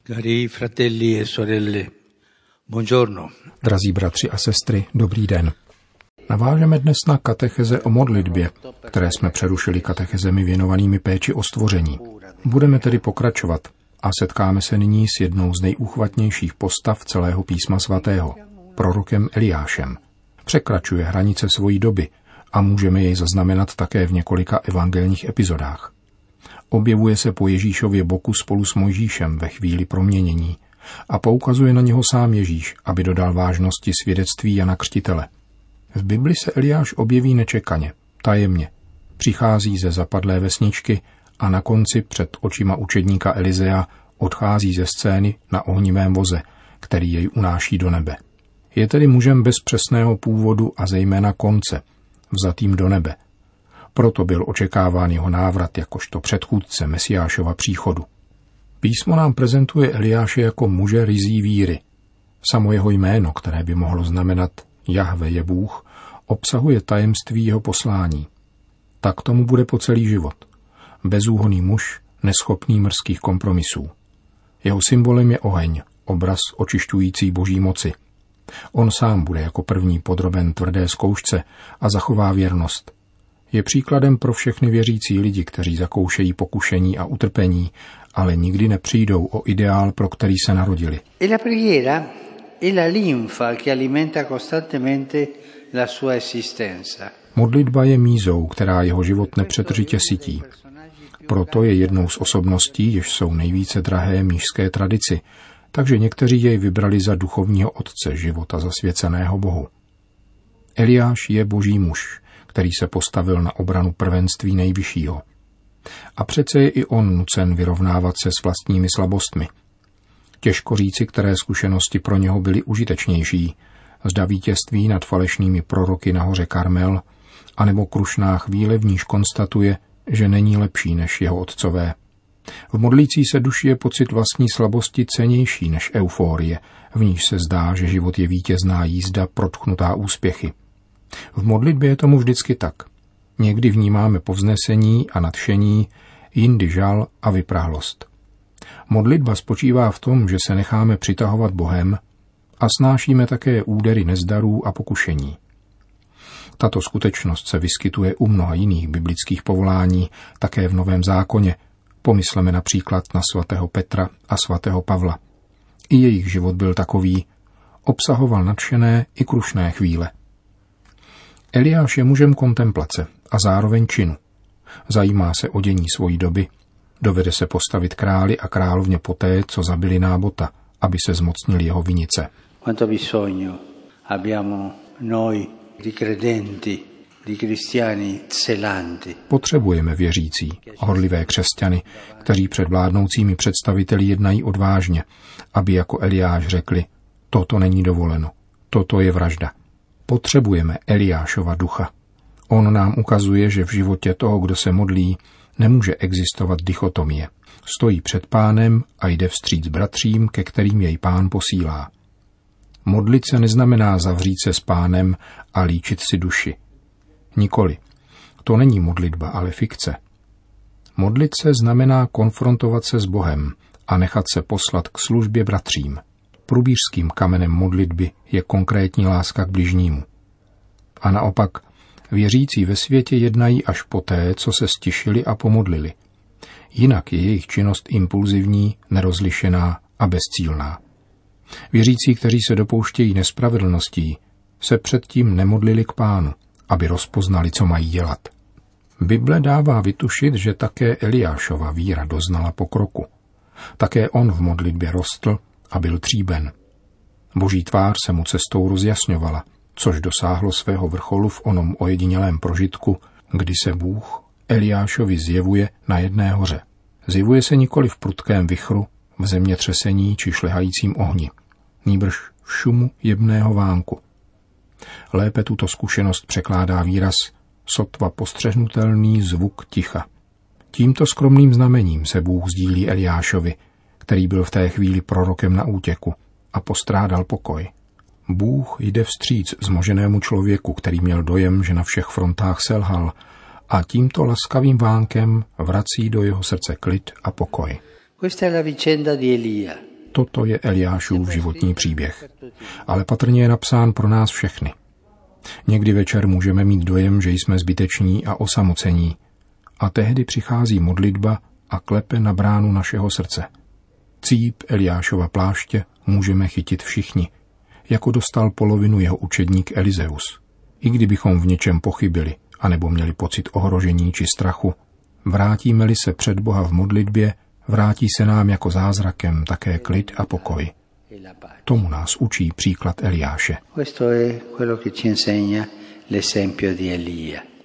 Cari fratelli e sorelle, buongiorno. Drazí bratři a sestry, dobrý den. Navážeme dnes na katecheze o modlitbě, které jsme přerušili katechezemi věnovanými péči o stvoření. Budeme tedy pokračovat a setkáme se nyní s jednou z nejúchvatnějších postav celého písma svatého, prorokem Eliášem. Překračuje hranice svojí doby a můžeme jej zaznamenat také v několika evangelních epizodách. Objevuje se po Ježíšově boku spolu s Mojžíšem ve chvíli proměnění a poukazuje na něho sám Ježíš, aby dodal vážnosti svědectví Jana Křtitele. V Bibli se Eliáš objeví nečekaně, tajemně. Přichází ze zapadlé vesničky a na konci před očima učedníka Elizea odchází ze scény na ohnivém voze, který jej unáší do nebe. Je tedy mužem bez přesného původu a zejména konce, vzatým do nebe. Proto byl očekáván jeho návrat jakožto předchůdce Mesiášova příchodu. Písmo nám prezentuje Eliáše jako muže ryzí víry. Samo jeho jméno, které by mohlo znamenat Jahve je Bůh, obsahuje tajemství jeho poslání. Tak tomu bude po celý život. Bezúhonný muž, neschopný mrzkých kompromisů. Jeho symbolem je oheň, obraz očišťující boží moci. On sám bude jako první podroben tvrdé zkoušce a zachová věrnost. Je příkladem pro všechny věřící lidi, kteří zakoušejí pokušení a utrpení, ale nikdy nepřijdou o ideál, pro který se narodili. La preghiera è la linfa che alimenta costantemente la sua esistenza. Modlitba je mízou, která jeho život nepřetržitě sytí. Proto je jednou z osobností, jež jsou nejvíce drahé mnížské tradici, takže někteří jej vybrali za duchovního otce života zasvěceného Bohu. Eliáš je boží muž, který se postavil na obranu prvenství nejvyššího. A přece je i on nucen vyrovnávat se s vlastními slabostmi. Těžko říci, které zkušenosti pro něho byly užitečnější, zda vítězství nad falešnými proroky na hoře Karmel, anebo krušná chvíle, v níž konstatuje, že není lepší než jeho otcové. V modlící se duši je pocit vlastní slabosti cennější než euforie, v níž se zdá, že život je vítězná jízda protchnutá úspěchy. V modlitbě je tomu vždycky tak. Někdy vnímáme povznesení a nadšení, jindy žal a vyprahlost. Modlitba spočívá v tom, že se necháme přitahovat Bohem a snášíme také údery nezdarů a pokušení. Tato skutečnost se vyskytuje u mnoha jiných biblických povolání, také v Novém zákoně. Pomysleme například na svatého Petra a svatého Pavla. I jejich život byl takový, obsahoval nadšené i krušné chvíle. Eliáš je mužem kontemplace a zároveň činu. Zajímá se o dění svojí doby, dovede se postavit králi a královně poté, co zabili Nábota, aby se zmocnili jeho vinice. Quanto bisogno abbiamo noi di credenti, di cristiani zelanti. Potřebujeme věřící, horlivé křesťany, kteří před vládnoucími představiteli jednají odvážně, aby jako Eliáš řekli, toto není dovoleno, toto je vražda. Potřebujeme Eliášova ducha. On nám ukazuje, že v životě toho, kdo se modlí, nemůže existovat dichotomie. Stojí před Pánem a jde vstříc bratřím, ke kterým jej Pán posílá. Modlit se neznamená zavřít se s Pánem a líčit si duši. Nikoli. To není modlitba, ale fikce. Modlit se znamená konfrontovat se s Bohem a nechat se poslat k službě bratřím. Průbířským kamenem modlitby je konkrétní láska k bližnímu. A naopak, věřící ve světě jednají až poté, co se stišili a pomodlili. Jinak je jejich činnost impulzivní, nerozlišená a bezcílná. Věřící, kteří se dopouštějí nespravedlností, se předtím nemodlili k Pánu, aby rozpoznali, co mají dělat. Bible dává vytušit, že také Eliášova víra doznala pokroku. Také on v modlitbě rostl a byl tříben. Boží tvář se mu cestou rozjasňovala, což dosáhlo svého vrcholu v onom ojedinělém prožitku, kdy se Bůh Eliášovi zjevuje na jedné hoře. Zjevuje se nikoli v prudkém vichru, v zemětřesení či šlehajícím ohni, nýbrž v šumu jemného vánku. Lépe tuto zkušenost překládá výraz sotva postřehnutelný zvuk ticha. Tímto skromným znamením se Bůh sdílí Eliášovi, který byl v té chvíli prorokem na útěku a postrádal pokoj. Bůh jde vstříc zmoženému člověku, který měl dojem, že na všech frontách selhal, a tímto laskavým vánkem vrací do jeho srdce klid a pokoj. Questa è la vicenda di Elia, Toto je Eliášův životní příběh. Ale patrně je napsán pro nás všechny. Někdy večer můžeme mít dojem, že jsme zbyteční a osamocení. A tehdy přichází modlitba a klepe na bránu našeho srdce. Cíp Eliášova pláště můžeme chytit všichni, jako dostal polovinu jeho učedník Elizeus. I kdybychom v něčem pochybili, anebo měli pocit ohrožení či strachu, vrátíme-li se před Boha v modlitbě, vrátí se nám jako zázrakem také klid a pokoj. Tomu nás učí příklad Eliáše. Questo è quello che ci insegna l'esempio di Elia.